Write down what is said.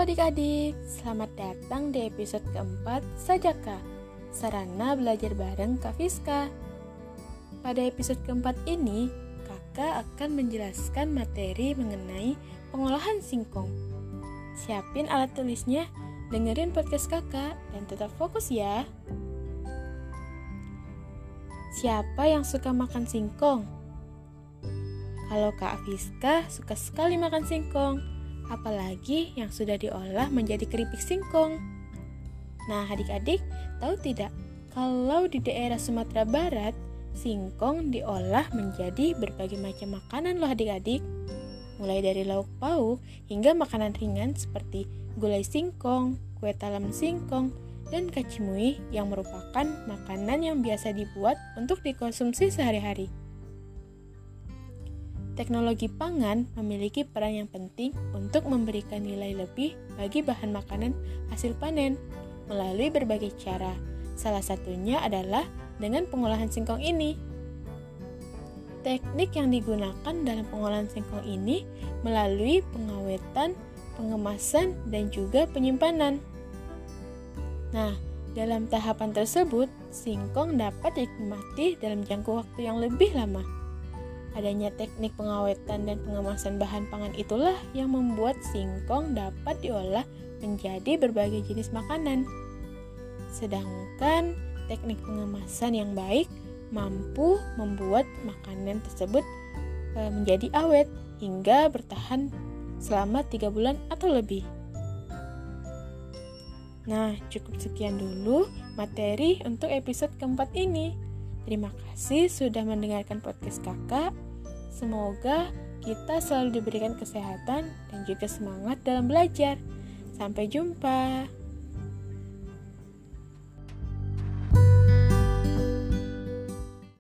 adik-adik, selamat datang di episode keempat Sajaka, Sarana Belajar Bareng Kak Fiska. Pada episode keempat ini, kakak akan menjelaskan materi mengenai pengolahan singkong. Siapin alat tulisnya, dengerin podcast kakak, dan tetap fokus ya. Siapa yang suka makan singkong? Kalau Kak Fiska suka sekali makan singkong, apalagi yang sudah diolah menjadi keripik singkong. Nah, adik-adik, tahu tidak kalau di daerah Sumatera Barat, singkong diolah menjadi berbagai macam makanan loh adik-adik. Mulai dari lauk pauk hingga makanan ringan seperti gulai singkong, kue talam singkong, dan kacimui yang merupakan makanan yang biasa dibuat untuk dikonsumsi sehari-hari. Teknologi pangan memiliki peran yang penting untuk memberikan nilai lebih bagi bahan makanan hasil panen melalui berbagai cara. Salah satunya adalah dengan pengolahan singkong ini. Teknik yang digunakan dalam pengolahan singkong ini melalui pengawetan, pengemasan, dan juga penyimpanan. Nah, dalam tahapan tersebut, singkong dapat dinikmati dalam jangka waktu yang lebih lama. Adanya teknik pengawetan dan pengemasan bahan pangan itulah yang membuat singkong dapat diolah menjadi berbagai jenis makanan. Sedangkan teknik pengemasan yang baik mampu membuat makanan tersebut menjadi awet hingga bertahan selama 3 bulan atau lebih. Nah, cukup sekian dulu materi untuk episode keempat ini. Terima kasih sudah mendengarkan podcast kakak. Semoga kita selalu diberikan kesehatan dan juga semangat dalam belajar. Sampai jumpa.